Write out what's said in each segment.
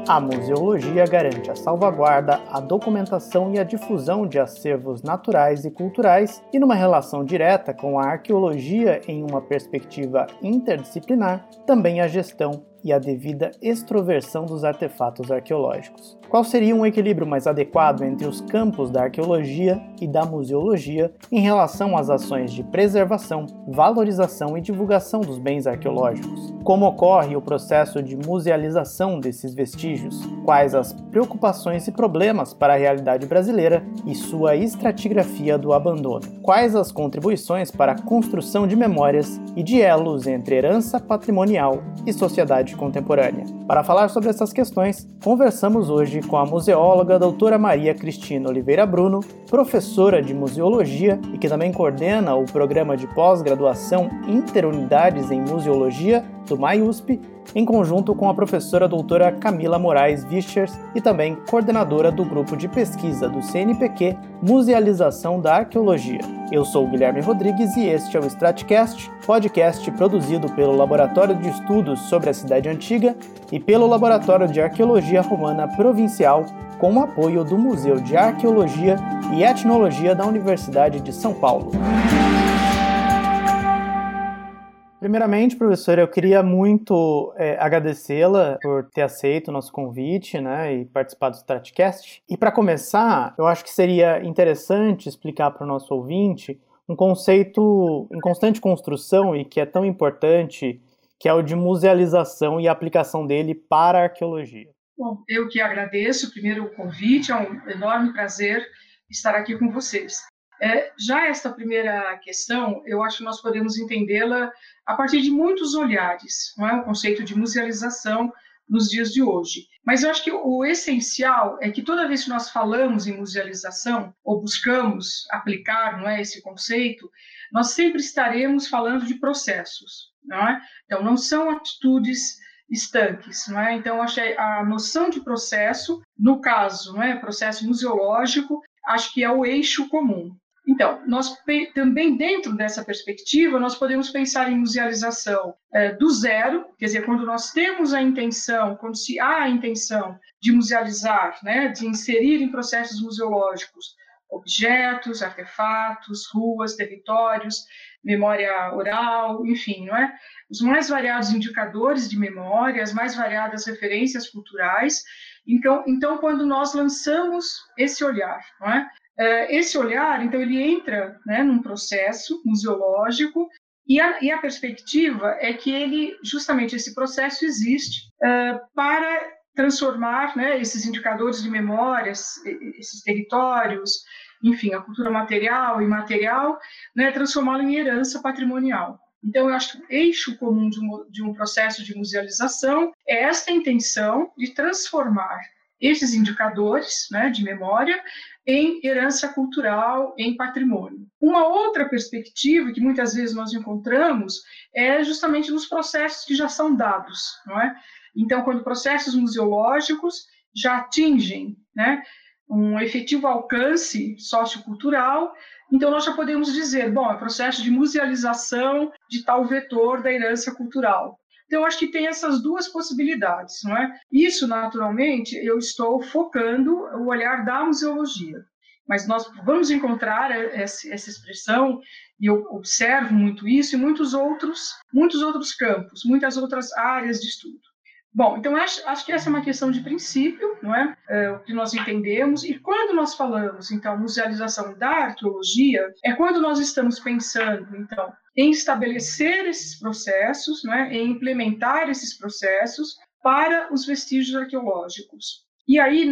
A museologia garante a salvaguarda, a documentação e a difusão de acervos naturais e culturais e, numa relação direta com a arqueologia em uma perspectiva interdisciplinar, também a gestão e a devida extroversão dos artefatos arqueológicos. Qual seria um equilíbrio mais adequado entre os campos da arqueologia e da museologia em relação às ações de preservação, valorização e divulgação dos bens arqueológicos? Como ocorre o processo de musealização desses vestígios? Quais as preocupações e problemas para a realidade brasileira e sua estratigrafia do abandono? Quais as contribuições para a construção de memórias e de elos entre herança patrimonial e sociedade contemporânea? Para falar sobre essas questões, conversamos hoje com a museóloga doutora Maria Cristina Oliveira Bruno, professora de museologia e que também coordena o programa de pós-graduação Interunidades em Museologia do MAIUSP, em conjunto com a professora doutora Camila Moraes Vichers e também coordenadora do grupo de pesquisa do CNPq Musealização da Arqueologia. Eu sou o Guilherme Rodrigues e este é o Stratcast, podcast produzido pelo Laboratório de Estudos sobre a Cidade Antiga e pelo Laboratório de Arqueologia Romana Provincial, com o apoio do Museu de Arqueologia e Etnologia da Universidade de São Paulo. Primeiramente, professora, eu queria muito agradecê-la por ter aceito o nosso convite, e participar do Stratcast. E para começar, eu acho que seria interessante explicar para o nosso ouvinte um conceito em constante construção e que é tão importante, que é o de musealização e a aplicação dele para a arqueologia. Bom, eu que agradeço primeiro o convite, é um enorme prazer estar aqui com vocês. Já esta primeira questão, eu acho que nós podemos entendê-la a partir de muitos olhares, não é? O conceito de musealização nos dias de hoje. Mas eu acho que o essencial é que toda vez que nós falamos em musealização, ou buscamos aplicar, não é, esse conceito, nós sempre estaremos falando de processos, não é? Então, não são atitudes estanques, não é? Então, acho que a noção de processo, no caso, não é, processo museológico, acho que é o eixo comum. Então, nós também dentro dessa perspectiva, nós podemos pensar em musealização do zero, quer dizer, quando nós temos a intenção, quando se há a intenção de musealizar, né, de inserir em processos museológicos objetos, artefatos, ruas, territórios, memória oral, enfim, não é? Os mais variados indicadores de memória, as mais variadas referências culturais. Então, quando nós lançamos esse olhar, não é? Esse olhar, então, ele entra, né, num processo museológico e a perspectiva é que justamente esse processo existe para transformar, né, esses indicadores de memórias, esses territórios, enfim, a cultura material e imaterial, né, transformá-lo em herança patrimonial. Então, eu acho que o eixo comum de um processo de musealização é esta intenção de transformar esses indicadores, né, de memória em herança cultural, em patrimônio. Uma outra perspectiva que muitas vezes nós encontramos é justamente nos processos que já são dados, não é? Então, quando processos museológicos já atingem, né, um efetivo alcance sociocultural, então nós já podemos dizer, bom, é processo de musealização de tal vetor da herança cultural. Então, eu acho que tem essas duas possibilidades, não é? Isso, naturalmente, eu estou focando o olhar da museologia, mas nós vamos encontrar essa expressão, e eu observo muito isso, em muitos outros campos, muitas outras áreas de estudo. Bom, então acho que essa é uma questão de princípio, não é? O que nós entendemos, e quando nós falamos, então, musealização da arqueologia, é quando nós estamos pensando, então, em estabelecer esses processos, não é? Em implementar esses processos para os vestígios arqueológicos. E aí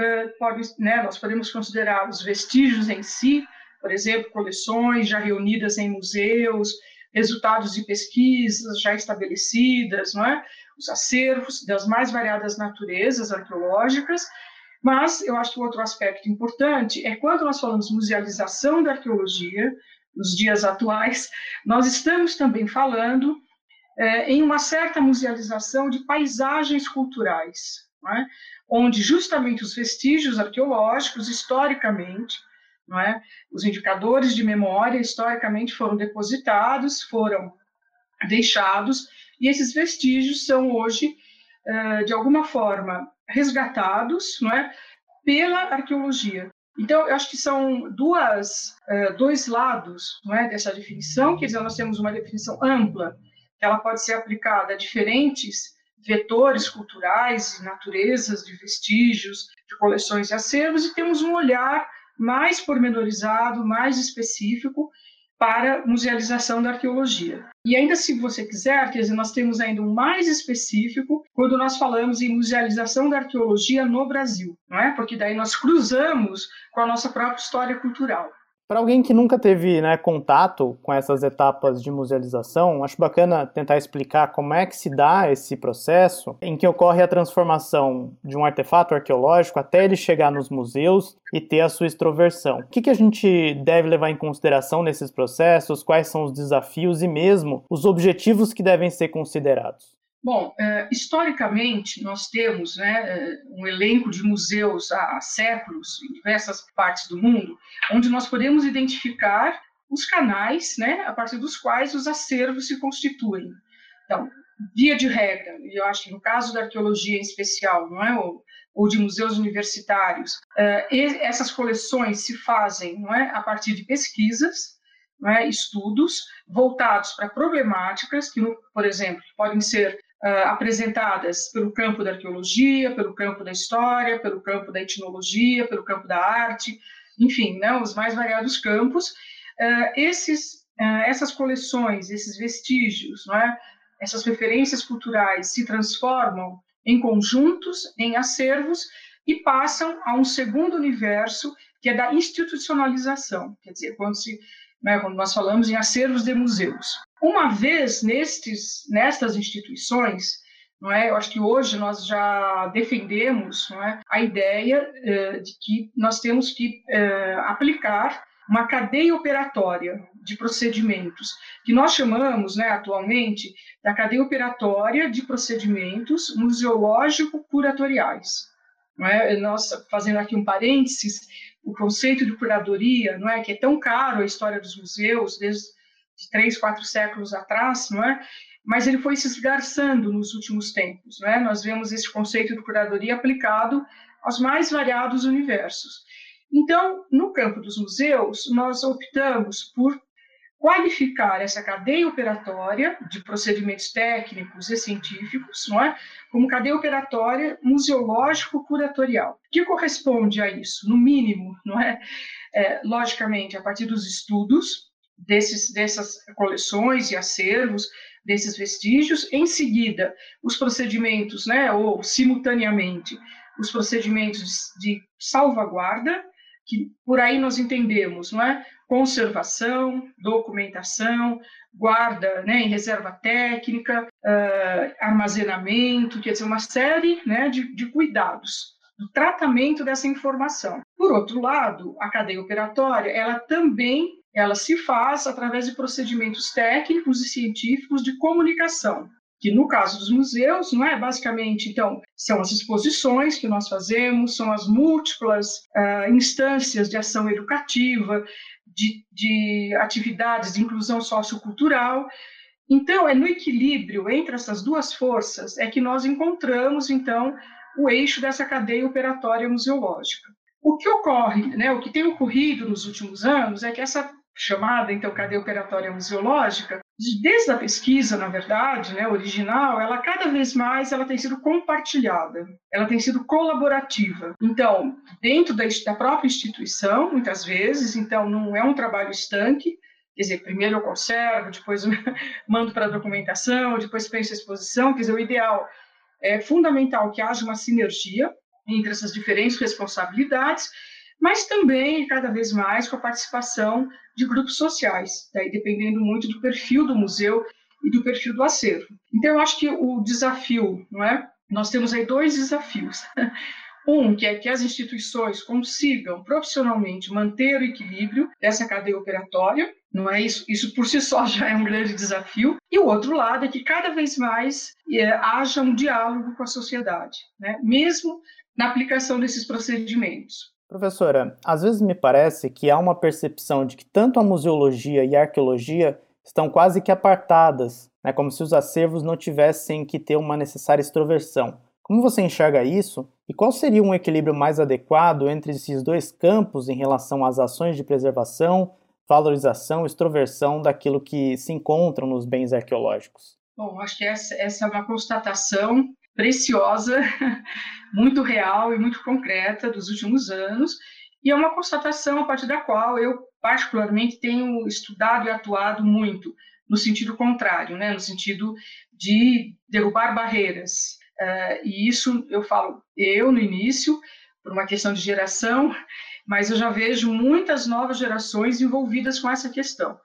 nós podemos considerar os vestígios em si, por exemplo, coleções já reunidas em museus, resultados de pesquisas já estabelecidas, não é? Os acervos das mais variadas naturezas arqueológicas, mas eu acho que outro aspecto importante é quando nós falamos musealização da arqueologia, nos dias atuais, nós estamos também falando em uma certa musealização de paisagens culturais, não é? Onde justamente os vestígios arqueológicos, historicamente, não é? Os indicadores de memória, historicamente, foram depositados, foram deixados, e esses vestígios são hoje, de alguma forma, resgatados, não é, pela arqueologia. Então, eu acho que são dois lados, não é, dessa definição. Quer dizer, nós temos uma definição ampla, que ela pode ser aplicada a diferentes vetores culturais e naturezas de vestígios, de coleções e acervos, e temos um olhar mais pormenorizado, mais específico para musealização da arqueologia. E ainda se você quiser, quer dizer, nós temos ainda um mais específico quando nós falamos em musealização da arqueologia no Brasil, não é? Porque daí nós cruzamos com a nossa própria história cultural. Para alguém que nunca teve, contato com essas etapas de musealização, acho bacana tentar explicar como é que se dá esse processo em que ocorre a transformação de um artefato arqueológico até ele chegar nos museus e ter a sua extroversão. O que a gente deve levar em consideração nesses processos, quais são os desafios e mesmo os objetivos que devem ser considerados? Bom, historicamente, nós temos, né, um elenco de museus há séculos, em diversas partes do mundo, onde nós podemos identificar os canais, né, a partir dos quais os acervos se constituem. Então, via de regra, e eu acho que no caso da arqueologia em especial, não é, ou de museus universitários, essas coleções se fazem, não é, a partir de pesquisas, não é, estudos voltados para problemáticas que, por exemplo, podem ser apresentadas pelo campo da arqueologia, pelo campo da história, pelo campo da etnologia, pelo campo da arte, enfim, né, os mais variados campos. Essas coleções, esses vestígios, não é, essas referências culturais se transformam em conjuntos, em acervos, e passam a um segundo universo, que é da institucionalização, quer dizer, quando nós falamos em acervos de museus. Uma vez nestas instituições, não é, eu acho que hoje nós já defendemos, não é, a ideia de que nós temos que aplicar uma cadeia operatória de procedimentos, que nós chamamos, né, atualmente, da cadeia operatória de procedimentos museológico-curatoriais. Não é? Nós, fazendo aqui um parênteses, o conceito de curadoria, não é, que é tão caro à história dos museus, desde 3, 4 séculos atrás, não é? Mas ele foi se esgarçando nos últimos tempos. Não é? Nós vemos esse conceito de curadoria aplicado aos mais variados universos. Então, no campo dos museus, nós optamos por qualificar essa cadeia operatória de procedimentos técnicos e científicos, não é, como cadeia operatória museológico-curatorial, que corresponde a isso, no mínimo, não é, logicamente, a partir dos estudos dessas coleções e acervos, desses vestígios, em seguida, os procedimentos, né, ou simultaneamente, os procedimentos de salvaguarda, que por aí nós entendemos, não é? Conservação, documentação, guarda, né, em reserva técnica, armazenamento, quer dizer, uma série, né, de cuidados do tratamento dessa informação. Por outro lado, a cadeia operatória, ela se faz através de procedimentos técnicos e científicos de comunicação, que no caso dos museus, não é, basicamente, então, são as exposições que nós fazemos, são as múltiplas instâncias de ação educativa, de atividades de inclusão sociocultural. Então, é no equilíbrio entre essas duas forças é que nós encontramos, então, o eixo dessa cadeia operatória museológica. O que ocorre, né, o que tem ocorrido nos últimos anos é que essa chamada, então, cadeia operatória museológica, desde a pesquisa, na verdade, né, original, ela cada vez mais ela tem sido compartilhada, ela tem sido colaborativa. Então, dentro da própria instituição, muitas vezes, então, não é um trabalho estanque, quer dizer, primeiro eu conservo, depois eu mando para a documentação, depois penso a exposição, quer dizer, o ideal é fundamental que haja uma sinergia entre essas diferentes responsabilidades, mas também, cada vez mais, com a participação de grupos sociais, daí dependendo muito do perfil do museu e do perfil do acervo. Então, eu acho que o desafio, não é? Nós temos aí 2 desafios. Um, que é que as instituições consigam profissionalmente manter o equilíbrio dessa cadeia operatória, não é isso? Isso por si só já é um grande desafio. E o outro lado é que cada vez mais haja um diálogo com a sociedade, né? Mesmo na aplicação desses procedimentos. Professora, às vezes me parece que há uma percepção de que tanto a museologia e a arqueologia estão quase que apartadas, né, como se os acervos não tivessem que ter uma necessária extroversão. Como você enxerga isso e qual seria um equilíbrio mais adequado entre esses dois campos em relação às ações de preservação, valorização e extroversão daquilo que se encontram nos bens arqueológicos? Bom, acho que essa é uma constatação preciosa, muito real e muito concreta dos últimos anos, e é uma constatação a partir da qual eu, particularmente, tenho estudado e atuado muito, no sentido contrário, né? No sentido de derrubar barreiras. E isso eu falo no início, por uma questão de geração, mas eu já vejo muitas novas gerações envolvidas com essa questão.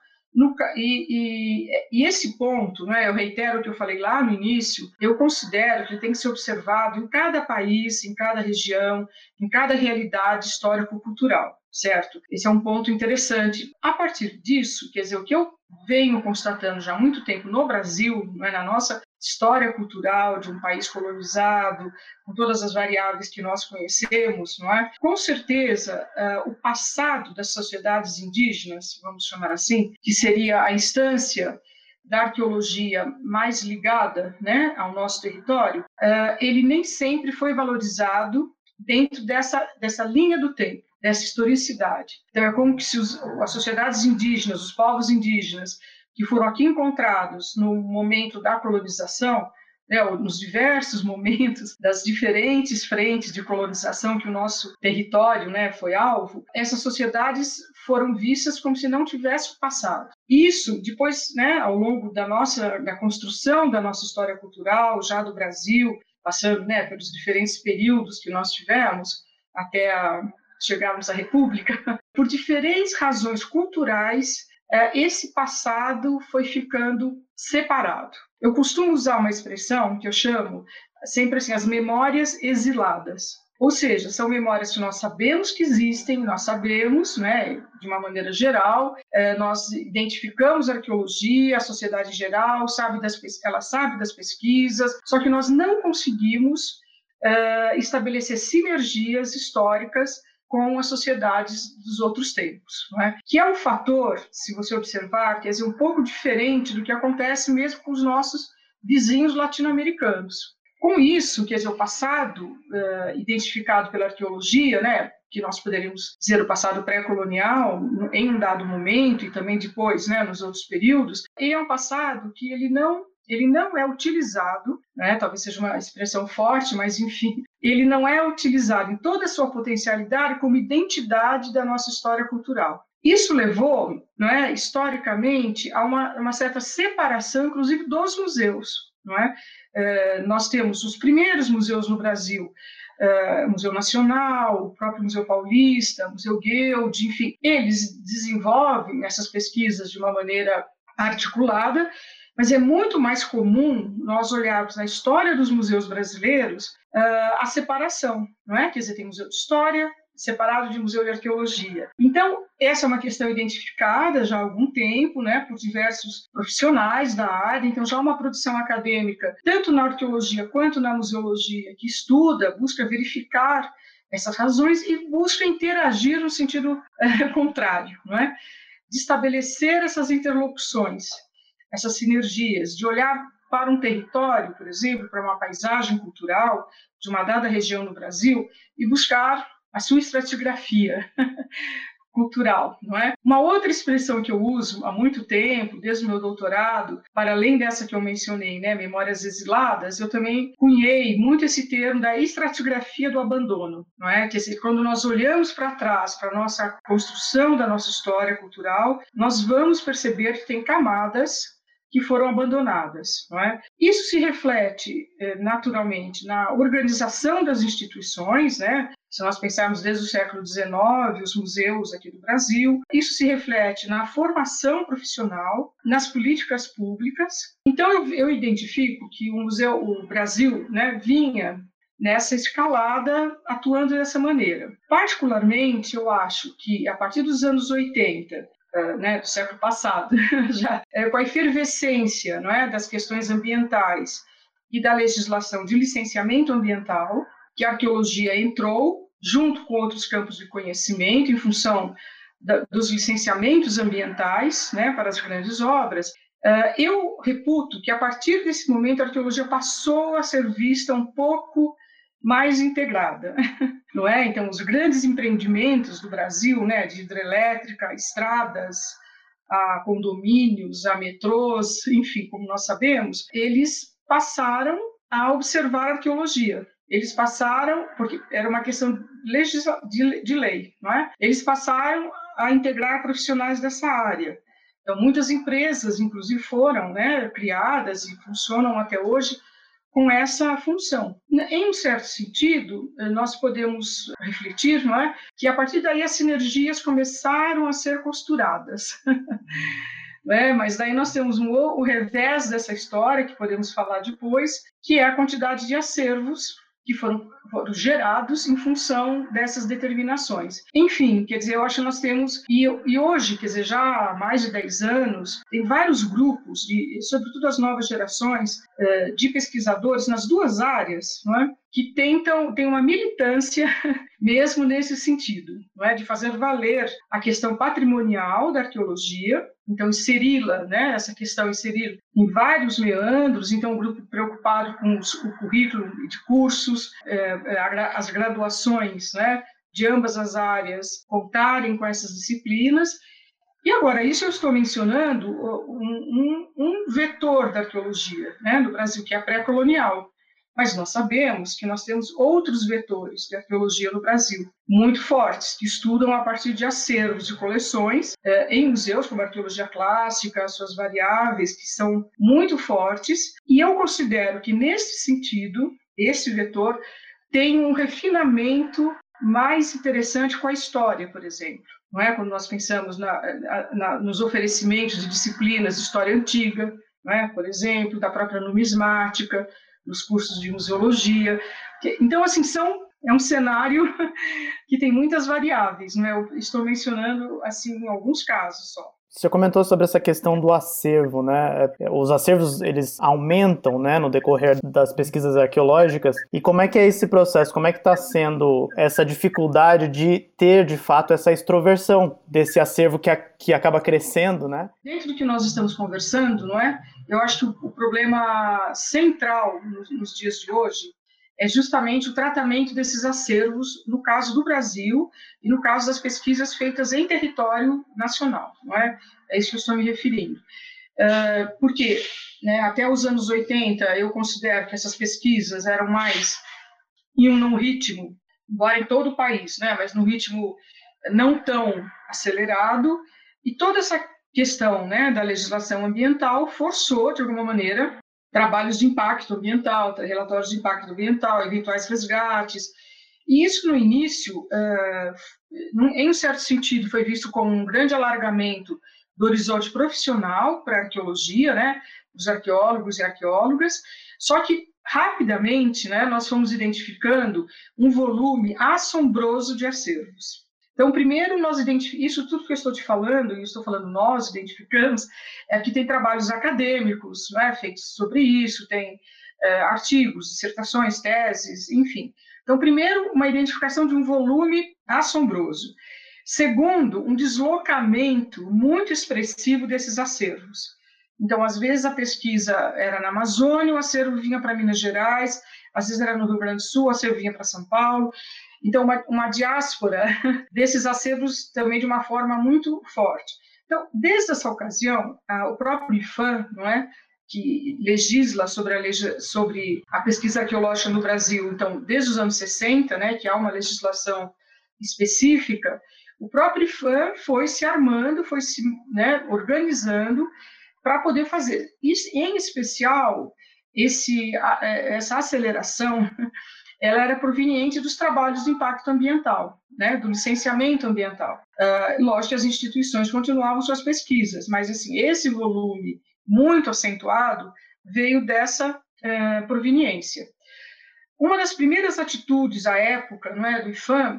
E esse ponto, né, eu reitero o que eu falei lá no início, eu considero que ele tem que ser observado em cada país, em cada região, em cada realidade histórico-cultural, certo? Esse é um ponto interessante. A partir disso, quer dizer, o que eu venho constatando já há muito tempo no Brasil, né, na nossa história cultural de um país colonizado, com todas as variáveis que nós conhecemos, não é? Com certeza, o passado das sociedades indígenas, vamos chamar assim, que seria a instância da arqueologia mais ligada, né, ao nosso território, ele nem sempre foi valorizado dentro dessa linha do tempo, dessa historicidade. Então, é como que se as sociedades indígenas, os povos indígenas, que foram aqui encontrados no momento da colonização, né, nos diversos momentos das diferentes frentes de colonização que o nosso território, né, foi alvo, essas sociedades foram vistas como se não tivesse passado. Isso, depois, né, ao longo da construção da nossa história cultural, já do Brasil, passando, né, pelos diferentes períodos que nós tivemos, até chegarmos à República, por diferentes razões culturais, esse passado foi ficando separado. Eu costumo usar uma expressão que eu chamo sempre assim, as memórias exiladas. Ou seja, são memórias que nós sabemos que existem, nós sabemos, né, de uma maneira geral, nós identificamos a arqueologia, a sociedade em geral, ela sabe das pesquisas, só que nós não conseguimos estabelecer sinergias históricas com as sociedades dos outros tempos, não é? Que é um fator, se você observar, quer dizer, um pouco diferente do que acontece mesmo com os nossos vizinhos latino-americanos. Com isso, quer dizer, o passado identificado pela arqueologia, né, que nós poderíamos dizer o passado pré-colonial, em um dado momento e também depois, né, nos outros períodos, ele é um passado que ele não é utilizado, né? Talvez seja uma expressão forte, mas enfim, ele não é utilizado em toda a sua potencialidade como identidade da nossa história cultural. Isso levou, não é, historicamente, a uma certa separação, inclusive, dos museus. Não é? Nós temos os primeiros museus no Brasil, Museu Nacional, o próprio Museu Paulista, Museu Guild, enfim, eles desenvolvem essas pesquisas de uma maneira articulada, mas é muito mais comum nós olharmos na história dos museus brasileiros a separação, não é? Quer dizer, tem museu de história separado de museu de arqueologia. Então, essa é uma questão identificada já há algum tempo, né, por diversos profissionais da área, então já há uma produção acadêmica, tanto na arqueologia quanto na museologia, que estuda, busca verificar essas razões e busca interagir no sentido contrário, não é? De estabelecer essas interlocuções, essas sinergias, de olhar para um território, por exemplo, para uma paisagem cultural de uma dada região no Brasil e buscar a sua estratigrafia cultural, não é? Uma outra expressão que eu uso há muito tempo, desde o meu doutorado, para além dessa que eu mencionei, né, memórias exiladas, eu também cunhei muito esse termo da estratigrafia do abandono, não é? Quer dizer, quando nós olhamos para trás, para a nossa construção da nossa história cultural, nós vamos perceber que tem camadas que foram abandonadas, não é? Isso se reflete naturalmente na organização das instituições, né? Se nós pensarmos desde o século XIX, os museus aqui do Brasil, isso se reflete na formação profissional, nas políticas públicas. Então, eu identifico que o Brasil, né, vinha nessa escalada, atuando dessa maneira. Particularmente, eu acho que, a partir dos anos 80, né, do século passado, já, com a efervescência, não é, das questões ambientais e da legislação de licenciamento ambiental, que a arqueologia entrou, junto com outros campos de conhecimento, em função dos licenciamentos ambientais, né, para as grandes obras, Eu reputo que, a partir desse momento, a arqueologia passou a ser vista um pouco mais integrada, não é? Então, os grandes empreendimentos do Brasil, né, de hidrelétrica, estradas, a condomínios, a metrôs, enfim, como nós sabemos, eles passaram a observar a arqueologia. Eles passaram, porque era uma questão de lei, não é? Eles passaram a integrar profissionais dessa área. Então, muitas empresas, inclusive, foram, né, criadas e funcionam até hoje com essa função. Em um certo sentido, nós podemos refletir, não é, que a partir daí as sinergias começaram a ser costuradas. Mas daí nós temos o revés dessa história, que podemos falar depois, que é a quantidade de acervos que foram gerados em função dessas determinações. Enfim, quer dizer, eu acho que nós temos, e hoje, quer dizer, já há mais de 10 anos, tem vários grupos, sobretudo as novas gerações, de pesquisadores nas duas áreas, não é? Que tem uma militância mesmo nesse sentido, não é? De fazer valer a questão patrimonial da arqueologia, então inseri-la, né, essa questão, inserir em vários meandros, então um grupo preocupado com o currículo de cursos, as graduações, né, de ambas as áreas contarem com essas disciplinas. E agora, isso eu estou mencionando um vetor da arqueologia, né, no Brasil, que é a pré-colonial. Mas nós sabemos que nós temos outros vetores de arqueologia no Brasil, muito fortes, que estudam a partir de acervos de coleções em museus, como a arqueologia clássica, suas variáveis, que são muito fortes. E eu considero que, nesse sentido, esse vetor tem um refinamento mais interessante com a história, por exemplo. Não é? Quando nós pensamos nos oferecimentos de disciplinas de história antiga, não é? Por exemplo, da própria numismática, nos cursos de museologia. Então, assim, é um cenário que tem muitas variáveis, né? Eu estou mencionando, assim, alguns casos só. Você comentou sobre essa questão do acervo, né? Os acervos, eles aumentam, né, no decorrer das pesquisas arqueológicas. E como é que é esse processo? Como é que está sendo essa dificuldade de ter, de fato, essa extroversão desse acervo que acaba crescendo, né? Dentro do que nós estamos conversando, não é? Eu acho que o problema central nos dias de hoje é justamente o tratamento desses acervos, no caso do Brasil e no caso das pesquisas feitas em território nacional, não é? É isso que eu estou me referindo. Porque, né, até os anos 80, eu considero que essas pesquisas eram mais iam num ritmo, embora em todo o país, né, mas num ritmo não tão acelerado, e toda essa questão, né, da legislação ambiental forçou, de alguma maneira, trabalhos de impacto ambiental, relatórios de impacto ambiental, eventuais resgates. E isso, no início, em um certo sentido, foi visto como um grande alargamento do horizonte profissional para a arqueologia, né, dos arqueólogos e arqueólogas, só que, rapidamente, né, nós fomos identificando um volume assombroso de acervos. Então, primeiro, isso tudo que eu estou te falando, e estou falando nós identificamos, é que tem trabalhos acadêmicos, né, feitos sobre isso, tem artigos, dissertações, teses, enfim. Então, primeiro, uma identificação de um volume assombroso. Segundo, um deslocamento muito expressivo desses acervos. Então, às vezes, a pesquisa era na Amazônia, o acervo vinha para Minas Gerais, às vezes era no Rio Grande do Sul, o acervo vinha para São Paulo. Então, uma diáspora desses acervos também de uma forma muito forte. Então, desde essa ocasião, o próprio IPHAN, não é, que legisla sobre a pesquisa arqueológica no Brasil, então, desde os anos 60, né, que há uma legislação específica, o próprio IPHAN foi se armando, foi se, né, organizando para poder fazer. Isso, em especial, essa aceleração, ela era proveniente dos trabalhos de impacto ambiental, né, do licenciamento ambiental. Lógico que as instituições continuavam suas pesquisas, mas assim, esse volume muito acentuado veio dessa proveniência. Uma das primeiras atitudes à época, não é, do IPHAN,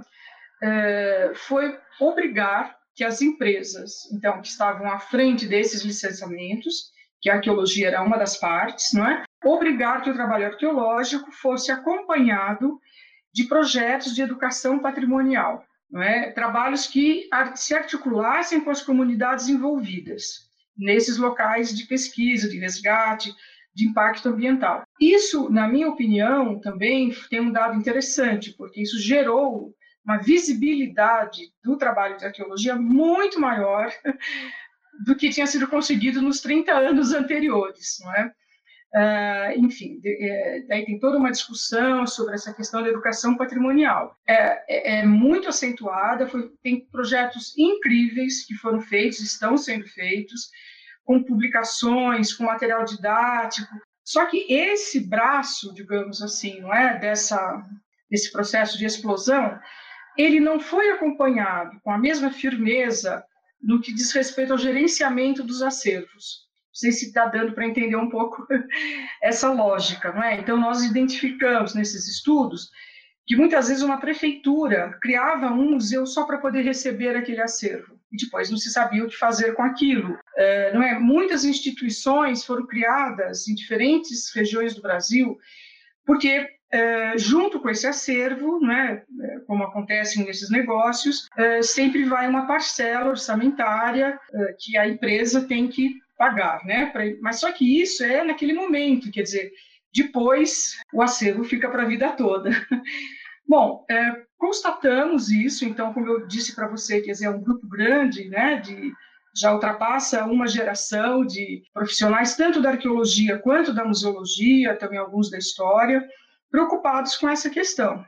foi obrigar que as empresas, então, que estavam à frente desses licenciamentos, que a arqueologia era uma das partes, não é? Obrigar que o trabalho arqueológico fosse acompanhado de projetos de educação patrimonial, não é? Trabalhos que se articulassem com as comunidades envolvidas. nesses locais de pesquisa, de resgate, de impacto ambiental. Isso, na minha opinião, também tem um dado interessante, porque isso gerou uma visibilidade do trabalho de arqueologia muito maior do que tinha sido conseguido nos 30 anos anteriores, não é? Enfim, daí tem toda uma discussão sobre essa questão da educação patrimonial. É muito acentuada, tem projetos incríveis que foram feitos, estão sendo feitos, com publicações, com material didático. Só que esse braço, digamos assim, não é, desse processo de explosão, ele não foi acompanhado com a mesma firmeza no que diz respeito ao gerenciamento dos acervos. Não sei se está dando para entender um pouco essa lógica, não é? Então, nós identificamos nesses estudos que muitas vezes uma prefeitura criava um museu só para poder receber aquele acervo e depois não se sabia o que fazer com aquilo. Não é? Muitas instituições foram criadas em diferentes regiões do Brasil porque junto com esse acervo, né, como acontece nesses negócios, sempre vai uma parcela orçamentária que a empresa tem que pagar, né? Mas só que isso é naquele momento, quer dizer, depois o acervo fica para a vida toda. Bom, constatamos isso, então, como eu disse para você, quer dizer, é um grupo grande, né, já ultrapassa uma geração de profissionais, tanto da arqueologia quanto da museologia, também alguns da história, preocupados com essa questão.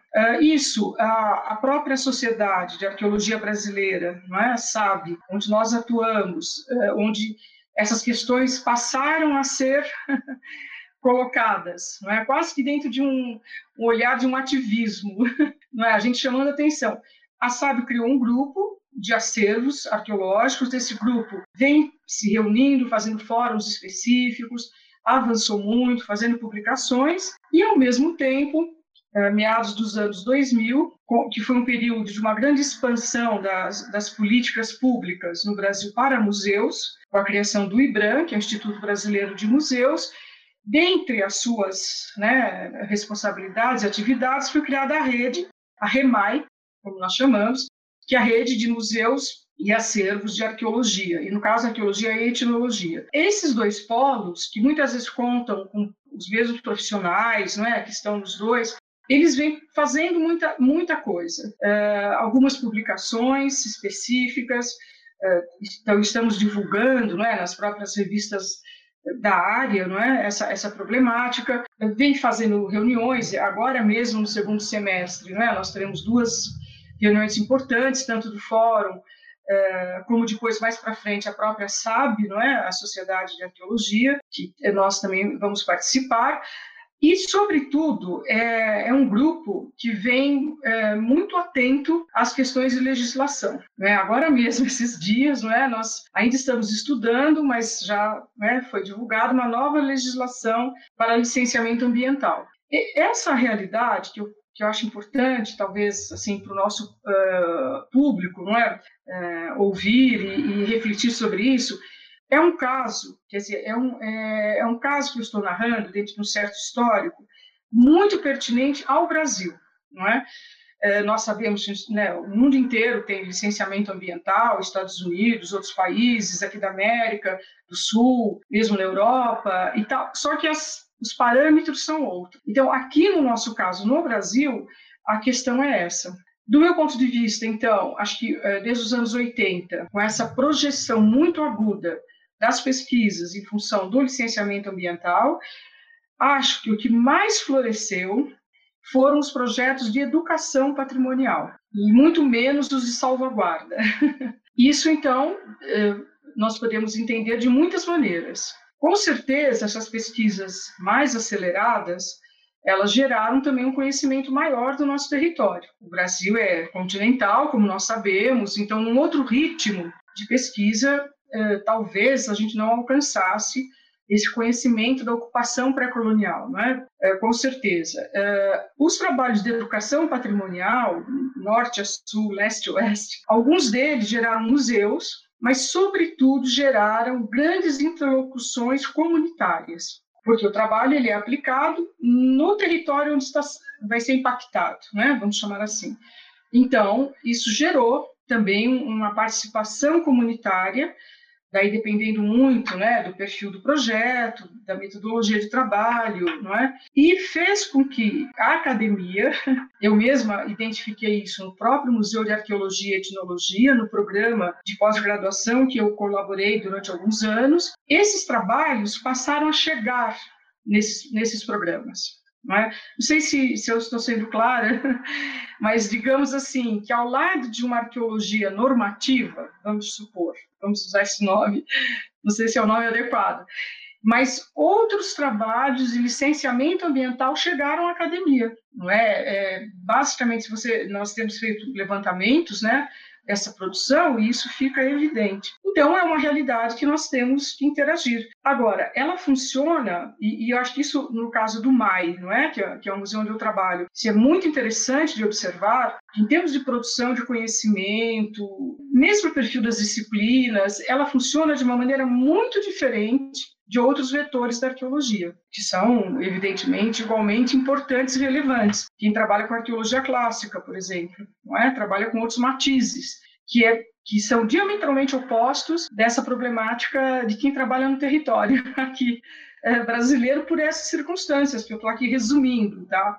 A própria Sociedade de Arqueologia Brasileira, não é, sabe, onde nós atuamos, onde essas questões passaram a ser colocadas, não é? Quase que dentro de um olhar de um ativismo, não é? A gente chamando a atenção. A SAB criou um grupo de acervos arqueológicos, esse grupo vem se reunindo, fazendo fóruns específicos, avançou muito, fazendo publicações, e ao mesmo tempo, meados dos anos 2000, que foi um período de uma grande expansão das políticas públicas no Brasil para museus, com a criação do IBRAM, que é o Instituto Brasileiro de Museus. Dentre as suas, né, responsabilidades e atividades, foi criada a rede, a REMAI, como nós chamamos, que é a rede de museus e acervos de arqueologia, e no caso arqueologia e etnologia. Esses dois polos, que muitas vezes contam com os mesmos profissionais, né, que estão nos dois, eles vêm fazendo muita coisa. Algumas publicações específicas, então estamos divulgando, né, nas próprias revistas da área, não é? Essa problemática, vem fazendo reuniões, agora mesmo no segundo semestre, não é? Nós teremos 2 reuniões importantes, tanto do fórum, como depois, mais para frente, a própria SAB, não é? A Sociedade de Arqueologia, que nós também vamos participar. E, sobretudo, é um grupo que vem muito atento às questões de legislação. Né? Agora mesmo, esses dias, não é? Nós ainda estamos estudando, mas já, né, foi divulgada uma nova legislação para licenciamento ambiental. E essa realidade que eu acho importante, talvez, assim, para o nosso público, não é? Ouvir e refletir sobre isso. É um caso, quer dizer, é um caso que eu estou narrando dentro de um certo histórico muito pertinente ao Brasil, não é? Nós sabemos, né, o mundo inteiro tem licenciamento ambiental, Estados Unidos, outros países aqui da América do Sul, mesmo na Europa e tal, só que os parâmetros são outros. Então, aqui no nosso caso, no Brasil, a questão é essa. Do meu ponto de vista, então, acho que desde os anos 80, com essa projeção muito aguda das pesquisas em função do licenciamento ambiental, acho que o que mais floresceu foram os projetos de educação patrimonial, e muito menos os de salvaguarda. Isso, então, nós podemos entender de muitas maneiras. Com certeza, essas pesquisas mais aceleradas, elas geraram também um conhecimento maior do nosso território. O Brasil é continental, como nós sabemos, então, num outro ritmo de pesquisa, talvez a gente não alcançasse esse conhecimento da ocupação pré-colonial, não é? Com certeza. Os trabalhos de educação patrimonial, norte a sul, leste a oeste, alguns deles geraram museus, mas, sobretudo, geraram grandes interlocuções comunitárias, porque o trabalho ele é aplicado no território onde vai ser impactado, né? Vamos chamar assim. Então, isso gerou também uma participação comunitária daí dependendo muito, né, do perfil do projeto, da metodologia de trabalho, não é? E fez com que a academia, eu mesma identifiquei isso no próprio Museu de Arqueologia e Etnologia, no programa de pós-graduação que eu colaborei durante alguns anos, esses trabalhos passaram a chegar nesses programas. Não sei se eu estou sendo clara, mas digamos assim, que ao lado de uma arqueologia normativa, vamos supor, vamos usar esse nome, não sei se é o nome adequado, mas outros trabalhos de licenciamento ambiental chegaram à academia, não é? Basicamente, nós temos feito levantamentos, né, dessa produção e isso fica evidente. Então, é uma realidade que nós temos que interagir. Agora, ela funciona, e eu acho que isso, no caso do MAI, não é? Que é o museu onde eu trabalho, isso é muito interessante de observar, em termos de produção de conhecimento, mesmo o perfil das disciplinas, ela funciona de uma maneira muito diferente de outros vetores da arqueologia, que são, evidentemente, igualmente importantes e relevantes. Quem trabalha com arqueologia clássica, por exemplo, não é? Trabalha com outros matizes, que são diametralmente opostos dessa problemática de quem trabalha no território aqui brasileiro por essas circunstâncias, que eu estou aqui resumindo, tá?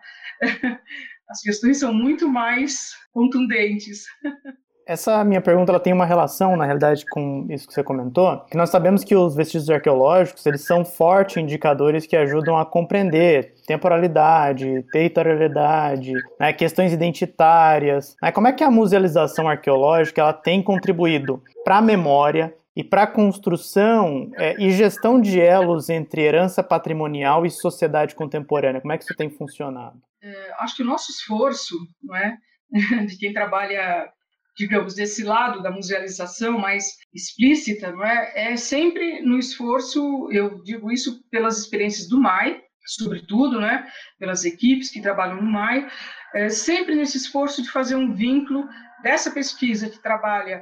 As questões são muito mais contundentes. Essa minha pergunta ela tem uma relação, na realidade, com isso que você comentou, que nós sabemos que os vestígios arqueológicos eles são fortes indicadores que ajudam a compreender temporalidade, territorialidade, né, questões identitárias. Né, como é que a musealização arqueológica ela tem contribuído para a memória e para a construção e gestão de elos entre herança patrimonial e sociedade contemporânea? Como é que isso tem funcionado? Acho que o nosso esforço, não é, de quem trabalha, digamos, desse lado da musealização mais explícita, não é? É sempre no esforço, eu digo isso pelas experiências do MAI, sobretudo, né? Pelas equipes que trabalham no MAI, sempre nesse esforço de fazer um vínculo dessa pesquisa que trabalha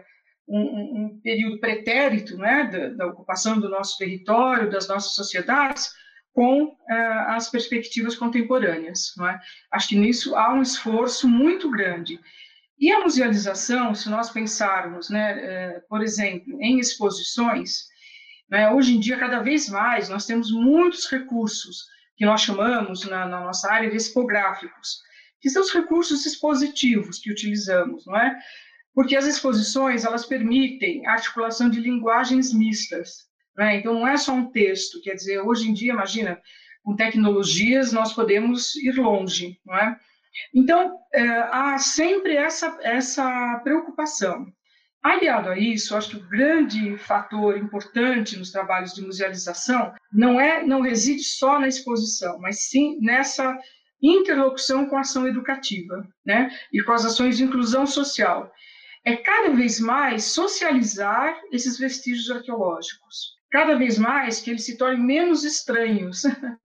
um período pretérito, né? Da ocupação do nosso território, das nossas sociedades, com as perspectivas contemporâneas. Não é? Acho que nisso há um esforço muito grande. E a musealização, se nós pensarmos, né, por exemplo, em exposições, né, hoje em dia, cada vez mais, nós temos muitos recursos que nós chamamos, na nossa área, de expográficos, que são os recursos expositivos que utilizamos, não é? Porque as exposições, elas permitem a articulação de linguagens mistas, né? Então, não é só um texto, quer dizer, hoje em dia, imagina, com tecnologias, nós podemos ir longe, não é? Então, há sempre essa preocupação. Aliado a isso, acho que o grande fator importante nos trabalhos de musealização não reside só na exposição, mas sim nessa interlocução com a ação educativa, né? E com as ações de inclusão social. É cada vez mais socializar esses vestígios arqueológicos, cada vez mais que eles se tornem menos estranhos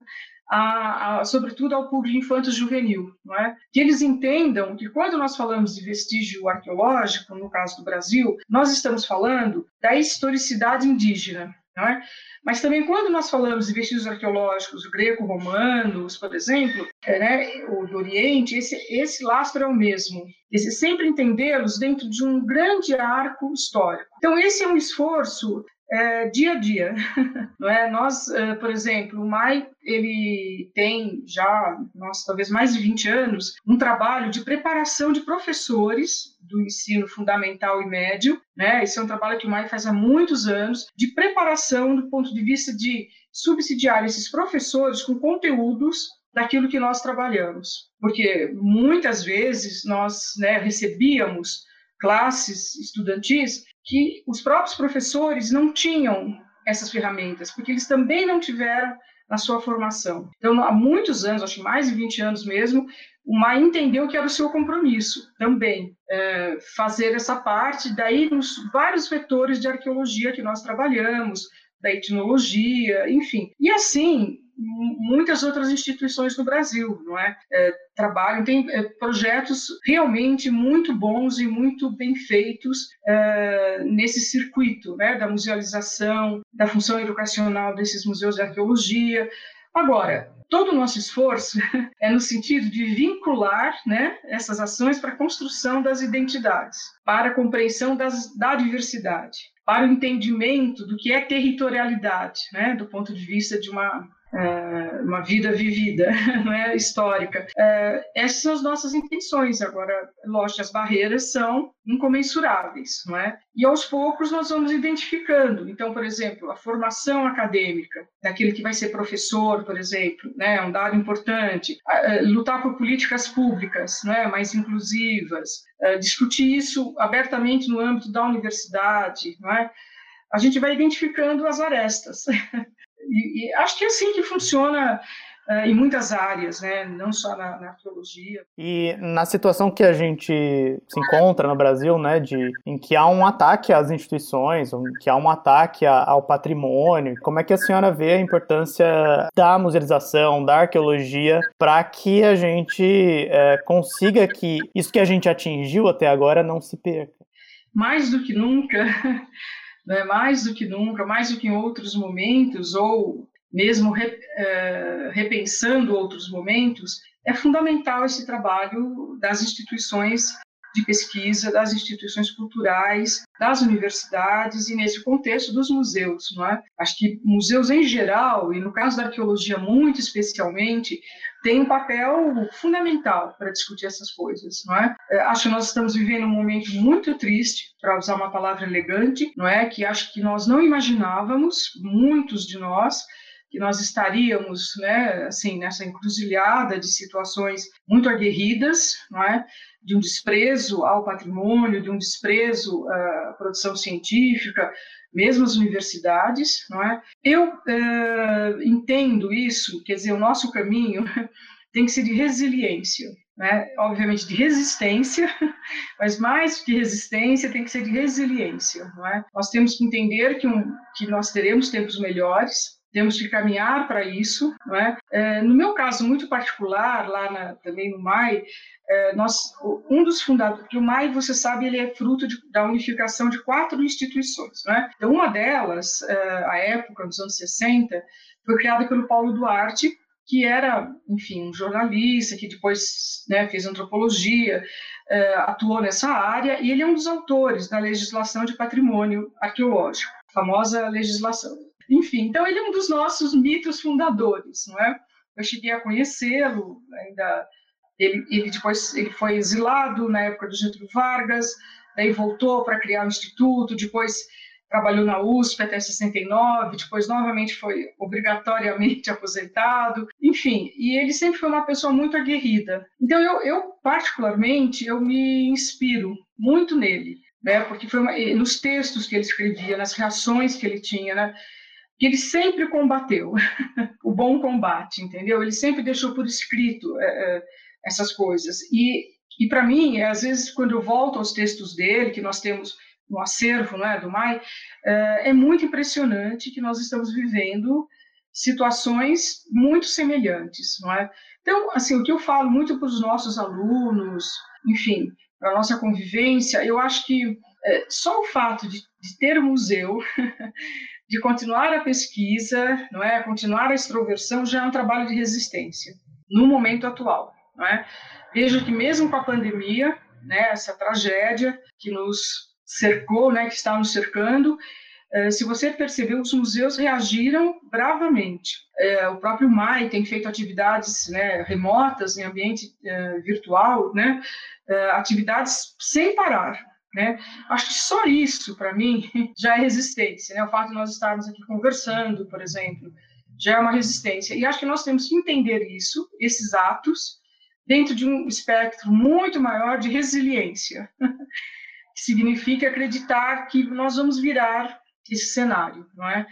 sobretudo ao público infanto-juvenil, não é? Que eles entendam que quando nós falamos de vestígio arqueológico, no caso do Brasil, nós estamos falando da historicidade indígena, não é? Mas também quando nós falamos de vestígios arqueológicos greco-romanos, por exemplo, né, ou do Oriente, esse lastro é o mesmo. Sempre entendê-los dentro de um grande arco histórico. Então, esse é um esforço dia a dia, não é? Nós, por exemplo, o MAI, ele tem já, talvez mais de 20 anos, um trabalho de preparação de professores do ensino fundamental e médio, né? Esse é um trabalho que o MAI faz há muitos anos, de preparação do ponto de vista de subsidiar esses professores com conteúdos daquilo que nós trabalhamos, porque muitas vezes nós, né, recebíamos classes estudantis que os próprios professores não tinham essas ferramentas, porque eles também não tiveram na sua formação. Então, há muitos anos, acho que mais de 20 anos mesmo, o MAI entendeu que era o seu compromisso também, fazer essa parte, daí nos vários vetores de arqueologia que nós trabalhamos, da etnologia, enfim. E assim, muitas outras instituições no Brasil, não é? Trabalham, tem projetos realmente muito bons e muito bem feitos nesse circuito, né, da musealização, da função educacional desses museus de arqueologia. Agora, todo o nosso esforço é no sentido de vincular, né, essas ações para a construção das identidades, para a compreensão da diversidade, para o entendimento do que é territorialidade, né, do ponto de vista de uma vida vivida, não é, histórica. Essas são as nossas intenções. Agora, lógico que as barreiras são incomensuráveis, não é? E aos poucos nós vamos identificando. Então, por exemplo, a formação acadêmica daquele que vai ser professor, por exemplo, né, é um dado importante. Lutar por políticas públicas, né, mais inclusivas, discutir isso abertamente no âmbito da universidade, não é? A gente vai identificando as arestas. E acho que é assim que funciona em muitas áreas, né? Não só na arqueologia. E na situação que a gente se encontra no Brasil, né, em que há um ataque às instituições, em que há um ataque ao patrimônio, como é que a senhora vê a importância da musealização, da arqueologia, para que a gente consiga que isso que a gente atingiu até agora não se perca? Mais do que nunca, né, mais do que nunca, mais do que em outros momentos, ou mesmo repensando outros momentos, é fundamental esse trabalho das instituições de pesquisa, das instituições culturais, das universidades e, nesse contexto, dos museus. Não é? Acho que museus em geral, e no caso da arqueologia muito especialmente, têm um papel fundamental para discutir essas coisas. Não é? Acho que nós estamos vivendo um momento muito triste, para usar uma palavra elegante, não é? Que acho que nós não imaginávamos, muitos de nós, que nós estaríamos, né, assim, nessa encruzilhada de situações muito aguerridas, não é? De um desprezo ao patrimônio, de um desprezo à produção científica, mesmo as universidades, não é? Eu entendo isso, quer dizer, o nosso caminho tem que ser de resiliência, né? Obviamente de resistência, mas mais que resistência tem que ser de resiliência, não é? Nós temos que entender que nós teremos tempos melhores, temos que caminhar para isso, não é? No meu caso muito particular, lá também no MAI, um dos fundadores, porque o MAI, você sabe, ele é fruto da unificação de 4 instituições, não é? Então, uma delas, à época, nos anos 60, foi criada pelo Paulo Duarte, que era, enfim, um jornalista que depois, né, fez antropologia, atuou nessa área, e ele é um dos autores da legislação de patrimônio arqueológico, a famosa legislação. Enfim, então ele é um dos nossos mitos fundadores, não é? Eu cheguei a conhecê-lo, ainda ele depois ele foi exilado na época do Getúlio Vargas, daí voltou para criar o instituto, depois trabalhou na USP até 69, depois novamente foi obrigatoriamente aposentado, enfim, e ele sempre foi uma pessoa muito aguerrida. Então eu particularmente, eu me inspiro muito nele, né? Porque foi nos textos que ele escrevia, nas reações que ele tinha, né? Que ele sempre combateu o bom combate, entendeu? Ele sempre deixou por escrito essas coisas. E para mim, às vezes, quando eu volto aos textos dele, que nós temos no acervo, não é, do MAI, é muito impressionante que nós estamos vivendo situações muito semelhantes, não é? Então, assim, o que eu falo muito para os nossos alunos, enfim, para a nossa convivência, eu acho que só o fato de ter um museu, de continuar a pesquisa, não é, continuar a extroversão, já é um trabalho de resistência no momento atual, não é? Veja que mesmo com a pandemia, né, essa tragédia que nos cercou, né, que está nos cercando, se você percebeu, os museus reagiram bravamente. O próprio MAI tem feito atividades, né, remotas, em ambiente virtual, né, atividades sem parar. Né? Acho que só isso, para mim, já é resistência. Né? O fato de nós estarmos aqui conversando, por exemplo, já é uma resistência. E acho que nós temos que entender isso, esses atos, dentro de um espectro muito maior de resiliência, que significa acreditar que nós vamos virar esse cenário, não é?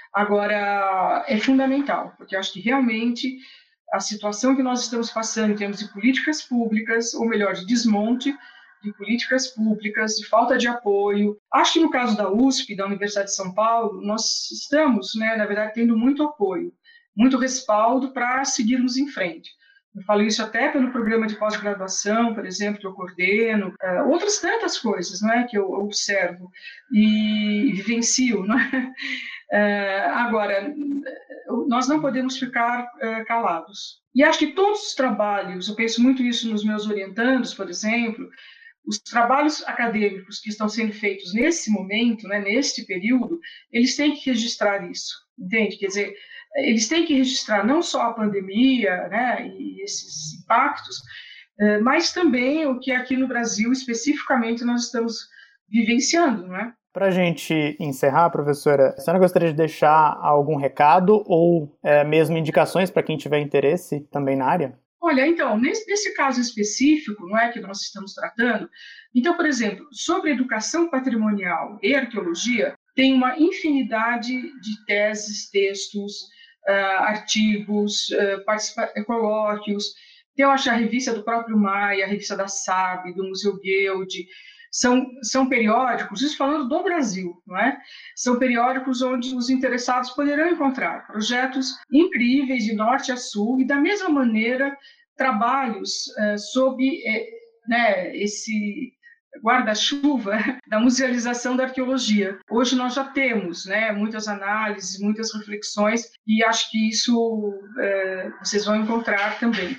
Agora, é fundamental, porque acho que realmente a situação que nós estamos passando em termos de políticas públicas, ou melhor, de desmonte de políticas públicas, de falta de apoio. Acho que no caso da USP, da Universidade de São Paulo, nós estamos, né, na verdade, tendo muito apoio, muito respaldo para seguirmos em frente. Eu falo isso até pelo programa de pós-graduação, por exemplo, que eu coordeno, outras tantas coisas, não é, que eu observo e vivencio, não é? Agora, nós não podemos ficar calados. E acho que todos os trabalhos, eu penso muito isso nos meus orientandos, por exemplo, os trabalhos acadêmicos que estão sendo feitos nesse momento, né, neste período, eles têm que registrar isso, entende? Quer dizer, eles têm que registrar não só a pandemia, né, e esses impactos, mas também o que aqui no Brasil, especificamente, nós estamos vivenciando, né? Para a gente encerrar, professora, a senhora gostaria de deixar algum recado ou mesmo indicações para quem tiver interesse também na área? Olha, então, nesse caso específico, não é, que nós estamos tratando, então, por exemplo, sobre educação patrimonial e arqueologia, tem uma infinidade de teses, textos, artigos, colóquios. Eu acho a revista do próprio Maia, a revista da SAB, do Museu Guild, são periódicos, isso falando do Brasil, não é? São periódicos onde os interessados poderão encontrar projetos incríveis de norte a sul e, da mesma maneira, trabalhos sob né, esse guarda-chuva da musealização da arqueologia. Hoje nós já temos, né, muitas análises, muitas reflexões, e acho que isso vocês vão encontrar também.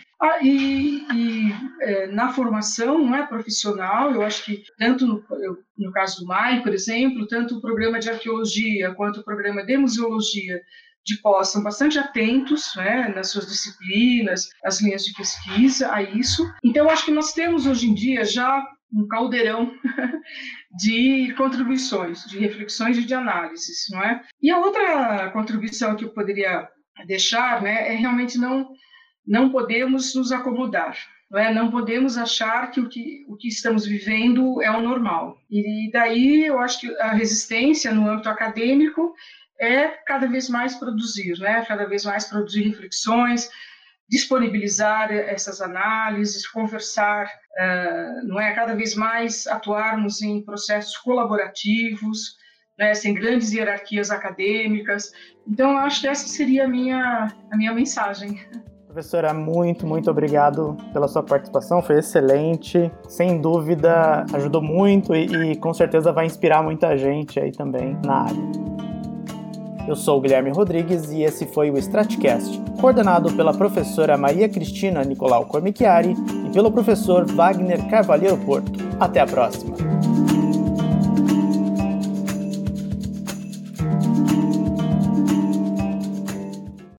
Na formação, não é, profissional, eu acho que tanto no caso do MAI, por exemplo, tanto o programa de arqueologia quanto o programa de museologia de pós são bastante atentos, né, nas suas disciplinas, as linhas de pesquisa a isso. Então, eu acho que nós temos hoje em dia já um caldeirão de contribuições, de reflexões e de análises, não é? E a outra contribuição que eu poderia deixar, né, é realmente não podemos nos acomodar, não é? Não podemos achar que o que estamos vivendo é o normal. E daí eu acho que a resistência no âmbito acadêmico é cada vez mais produzir, né? Cada vez mais produzir reflexões, disponibilizar essas análises, conversar, não é? Cada vez mais atuarmos em processos colaborativos, né? Sem grandes hierarquias acadêmicas. Então, eu acho que essa seria a minha mensagem. Professora, muito obrigado pela sua participação, foi excelente, sem dúvida ajudou muito e com certeza vai inspirar muita gente aí também na área. Eu sou o Guilherme Rodrigues e esse foi o Stratcast, coordenado pela professora Maria Cristina Nicolau Cormichiari e pelo professor Wagner Carvalheiro Porto. Até a próxima!